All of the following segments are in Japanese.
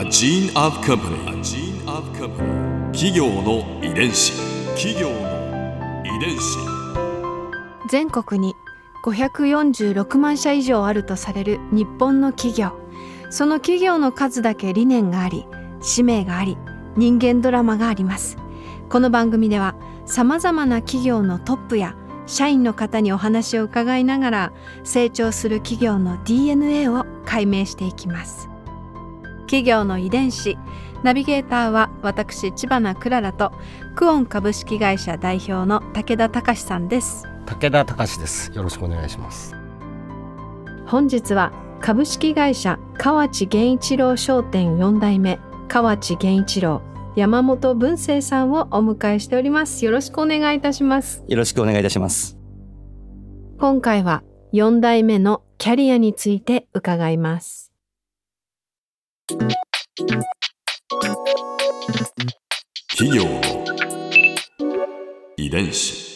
gene of company. A gene of company. 企業の遺伝子。企業の遺伝子。 全国に546万社以上あるとされる日本の企業。その企業の数だけ理念があり、使命があり、人間ドラマがあります。この番組ではさまざまな企業のトップや社員の方にお話を伺いながら、成長する企業の DNA を解明していきます。企業の遺伝子。ナビゲーターは私知花くららと、クオン株式会社代表の武田隆さんです。 武田隆です。よろしくお願いします。 本日は株式会社河内源一郎商店4代目河内源一郎山本文生さんをお迎えしております。よろしくお願いいたします。 よろしくお願いいたします。 今回は4代目のキャリアについて伺います。 企業の遺伝子。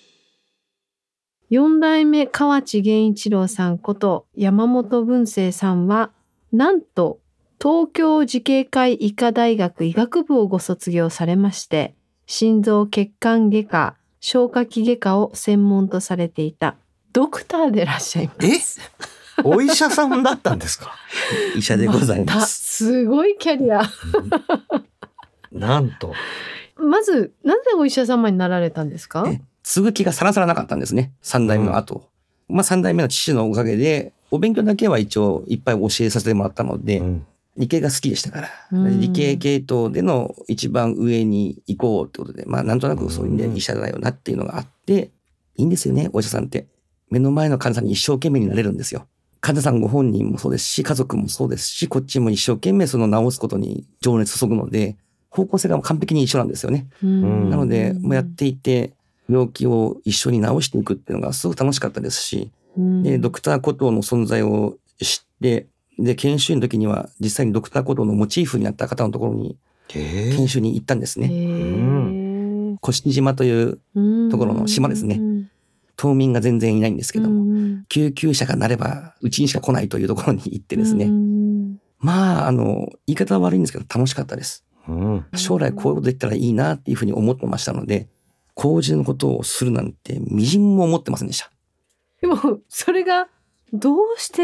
4代目河内源一郎さんこと山本文生さんは、なんと東京慈恵会医科大学医学部をご卒業されまして、心臓血管外科、消化器外科を専門とされていたドクターでいらっしゃいます。 お医者さんだったんですか？ 医者でございます。 すごいキャリア。 なんと。 まず、なぜお医者様になられたんですか？ 継ぐ気がさらさらなかったんですね。3代目の後。3代目の父のおかげで、お勉強だけは一応いっぱい教えさせてもらったので、理系が好きでしたから、理系系統での一番上に行こうってことで、なんとなくそういうんで医者だよなっていうのがあって、いいんですよね、お医者さんって。目の前の患者さんに一生懸命になれるんですよ。患者さんご本人もそうですし、家族もそうですし、こっちも一生懸命その治すことに情熱注ぐので、方向性が完璧に一緒なんですよね。なので、やっていて、病気を一緒に治していくっていうのがすごく楽しかったですし、でドクターコトーの存在を知って、で、研修の時には実際にドクターコトーのモチーフになった方のところに研修に行ったんですね。甑島というところの島ですね。島民が全然いないんですけども、救急車が鳴ればうちにしか来ないというところに行ってですね。言い方は悪いんですけど楽しかったです。将来こういうことできたらいいなっていうふうに思ってましたので、工事のことをするなんてみじんも思ってませんでした。 でもそれがどうして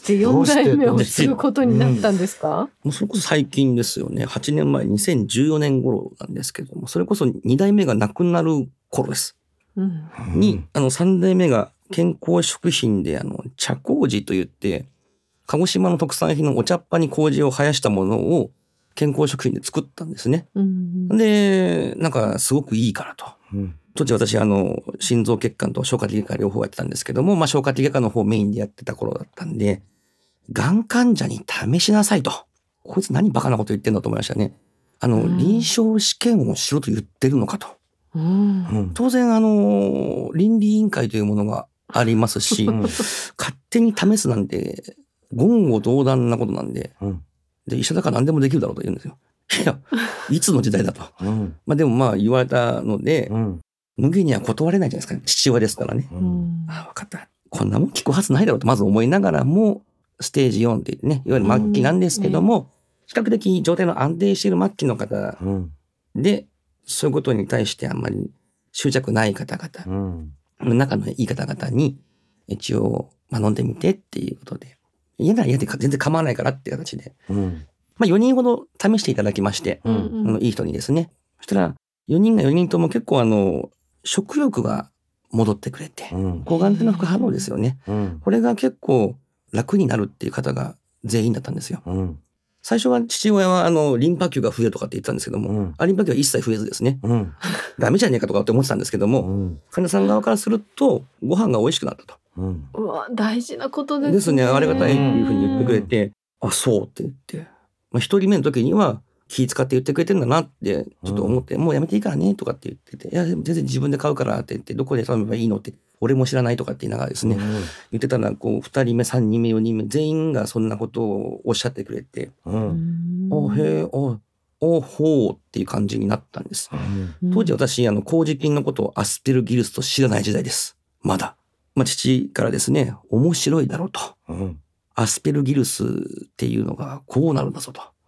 4代目を継ぐことになったんですか？ もうそれこそ最近ですよね。8年前、2014年頃なんですけども、それこそ2代目が亡くなる頃です。に、3代目が健康食品で茶麹といって、鹿児島の特産品のお茶っ葉に麹を生やしたものを健康食品で作ったんですね。で、すごくいいからと。当時私心臓血管と消化器外科両方やってたんですけども、消化器外科の方メインでやってた頃だったんで、がん患者に試しなさいと。こいつ何バカなこと言ってんだと思いましたね。臨床試験をしろと言ってるのかと。当然倫理委員会というものがありますし、勝手に試すなんて言語道断なことなんで、で医者だから何でもできるだろうと言うんですよ。いや、いつの時代だと。でも言われたので、無限には断れないじゃないですか。父親ですからね。分かった。こんなもん聞くはずないだろうとまず思いながらも、ステージ4って言ってね、いわゆる末期なんですけども、比較的状態の安定している末期の方で、そういうことに対してあんまり執着ない方々、仲のいい方々に一応飲んでみてっていうことで、嫌なら嫌で全然構わないからっていう形で、4人ほど試していただきまして、いい人にですね。そしたら4人とも結構食欲が戻ってくれて、抗がん剤の副反応ですよね。これが結構楽になるっていう方が全員だったんですよ。最初は父親はリンパ球が増えるとかって言ってたんですけども、リンパ球は一切増えずですね。ダメじゃねえかとかって思ってたんですけども、患者さん側からするとご飯が美味しくなったと。 うわ、大事なことですね。 ですね、ありがたいっていうふうに言ってくれて、そうって言って、一人目の時には気使って言ってくれてるんだなってちょっと思って、もうやめていいからねとかって言ってて、いや全然自分で買うからって言って、どこで頼めばいいのって俺も知らないとかって言いながらですね、言ってたら2人目3人目4人目全員がそんなことをおっしゃってくれて、へえ、ほうっていう感じになったんです。当時私麹菌のことをアスペルギルスと知らない時代です。まだ。父からですね、面白いだろうと。アスペルギルスっていうのがこうなるんだぞと。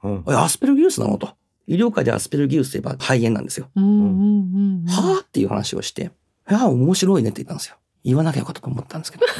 アスペルギウスなのと。医療界でアスペルギウスといえば肺炎なんですよ。はぁっていう話をして、面白いねって言ったんですよ。言わなきゃよかったと思ったんですけど。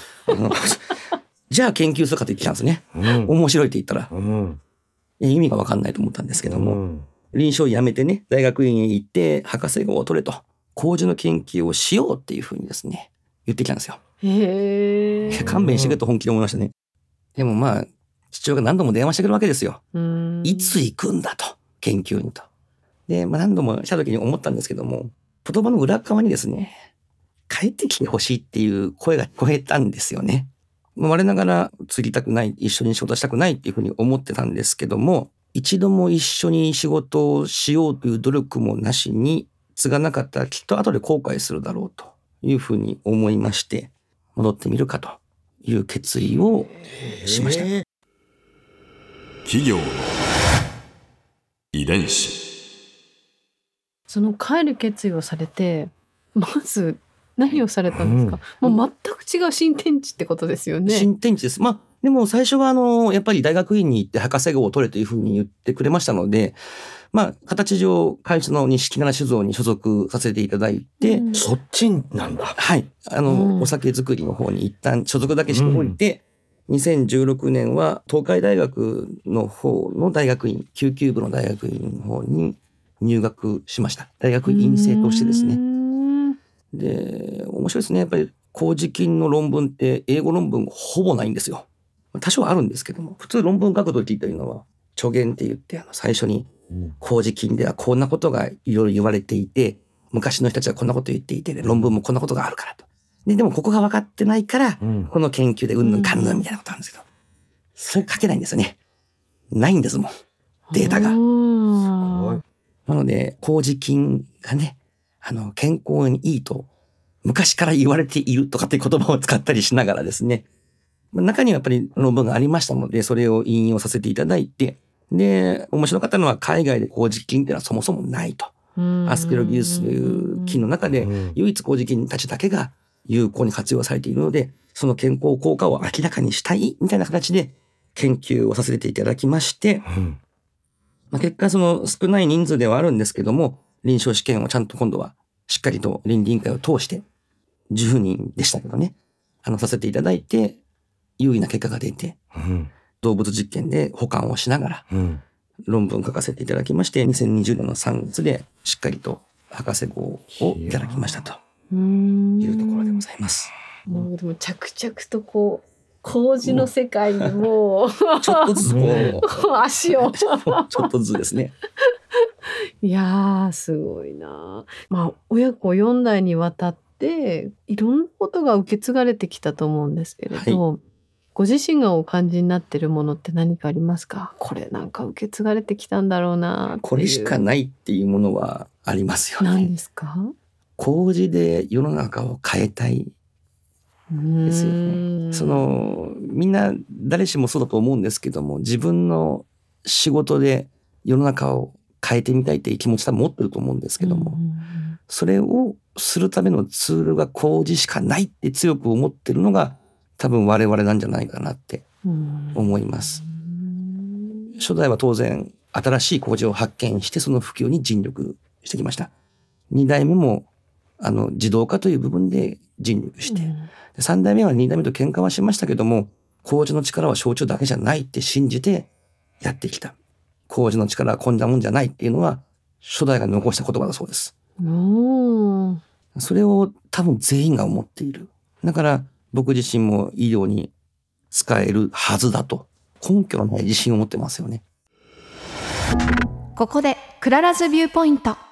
じゃあ研究するかって言ってきたんですね。面白いって言ったら。意味がわかんないと思ったんですけども、臨床医辞めてね、大学院へ行って博士号を取れと、麹の研究をしようっていうふうにですね、言ってきたんですよ。勘弁してくれと本気で思いましたね。でもまあ、父親が何度も電話してくるわけですよ。いつ行くんだと、研究にと。で、何度もした時に思ったんですけども、言葉の裏側にですね、帰ってきてほしいっていう声が聞こえたんですよね。我ながら継ぎたくない、一緒に仕事したくないっていうふうに思ってたんですけども、一度も一緒に仕事をしようという努力もなしに継がなかったらきっと後で後悔するだろうというふうに思いまして、戻ってみるかという決意をしました。 企業の遺伝子。 その帰る決意をされて、まず何をされたんですか？もう全く違う新天地ってことですよね。 新天地です。でも最初はやっぱり大学院に行って博士号を取れというふうに言ってくれましたので、形上会社の錦七酒造に所属させていただいて、 そっちなんだ。 はい。お酒作りの方に一旦所属だけしておいて、2016年は東海大学の方の大学院、救急部の大学院の方に入学しました。大学院生としてですね。で、面白いですね。やっぱり麹菌の論文って英語論文ほぼないんですよ。多少あるんですけども、普通論文書くときというのは著言って言って最初に麹菌ではこんなことがいろいろ言われていて、昔の人たちはこんなこと言っていて、論文もこんなことがあるからと。でもここが分かってないから、この研究でうんぬんかんぬんみたいなことなんですけど、それ書けないんですよね。ないんですもん、データが。なので、麹菌がね、健康にいいと昔から言われているとかっていう言葉を使ったりしながらですね、中にはやっぱり論文がありましたので、それを引用させていただいて、で、面白かったのは海外で麹菌っていうのはそもそもないと。アスペロギウス菌の中で唯一麹菌たちだけが有効に活用されているので、その健康効果を明らかにしたいみたいな形で研究をさせていただきまして、結果その少ない人数ではあるんですけども、臨床試験をちゃんと今度はしっかりと倫理委員会を通して10人でしたけどね、させていただいて有意な結果が出て、動物実験で保管をしながら論文書かせていただきまして、2020年の3月でしっかりと博士号をいただきましたというところでございます。 もうでも着々と麹の世界にもちょっとずつ足をちょっとずつですね。 いやーすごいな。親子4代にわたっていろんなことが受け継がれてきたと思うんですけれど、ご自身がお感じになってるものって何かありますか？これなんか受け継がれてきたんだろうなっていう。 これしかないっていうものはありますよね。 何ですか？ 麹で世の中を変えたいですよね。みんな誰しもそうだと思うんですけども、自分の仕事で世の中を変えてみたいっていう気持ち多分持ってると思うんですけども、それをするためのツールが麹しかないって強く思ってるのが多分我々なんじゃないかなって思います。初代は当然新しい麹を発見してその普及に尽力してきました。2代目も自動化という部分で尽力して、3代目は2代目と喧嘩はしましたけども、麹の力は焼酎だけじゃないって信じてやってきた。麹の力はこんなもんじゃないっていうのは初代が残した言葉だそうです。それを多分全員が思っている。だから僕自身も医療に使えるはずだと根拠のない自信を持ってますよね。 ここでクララズビューポイント。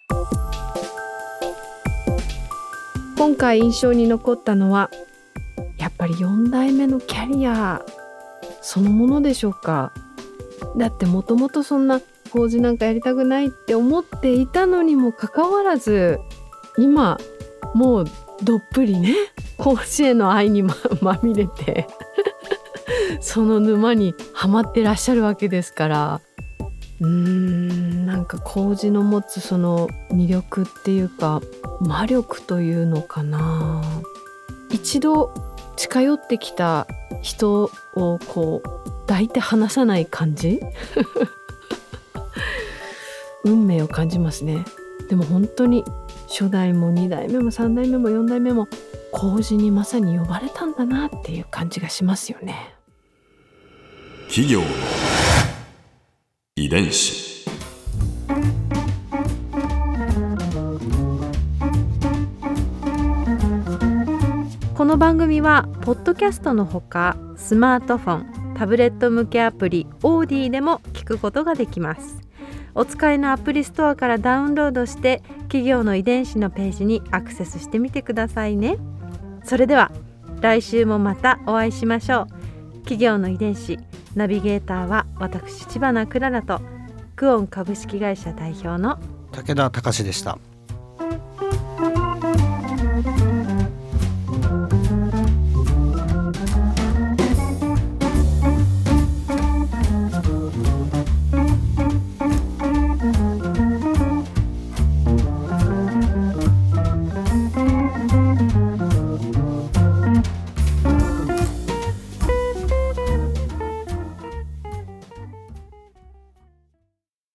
今回印象に残ったのはやっぱり4代目のキャリアそのものでしょうか。だってもともとそんな麹なんかやりたくないって思っていたのにもかかわらず、今もうどっぷりね麹への愛に まみれてその沼にはまってらっしゃるわけですから、なんか麹の持つその魅力っていうか魔力というのかな。一度近寄ってきた人を抱いて離さない感じ運命を感じますね。でも本当に初代も2代目も3代目も4代目も麹にまさに呼ばれたんだなっていう感じがしますよね。 企業の遺伝子。 この番組はポッドキャストのほかスマートフォン、タブレット向けアプリオーディでも聞くことができます。お使いのアプリストアからダウンロードして企業の遺伝子のページにアクセスしてみてくださいね。それでは来週もまたお会いしましょう。企業の遺伝子ナビゲーターは私知花くららとクオン株式会社代表の武田隆でした。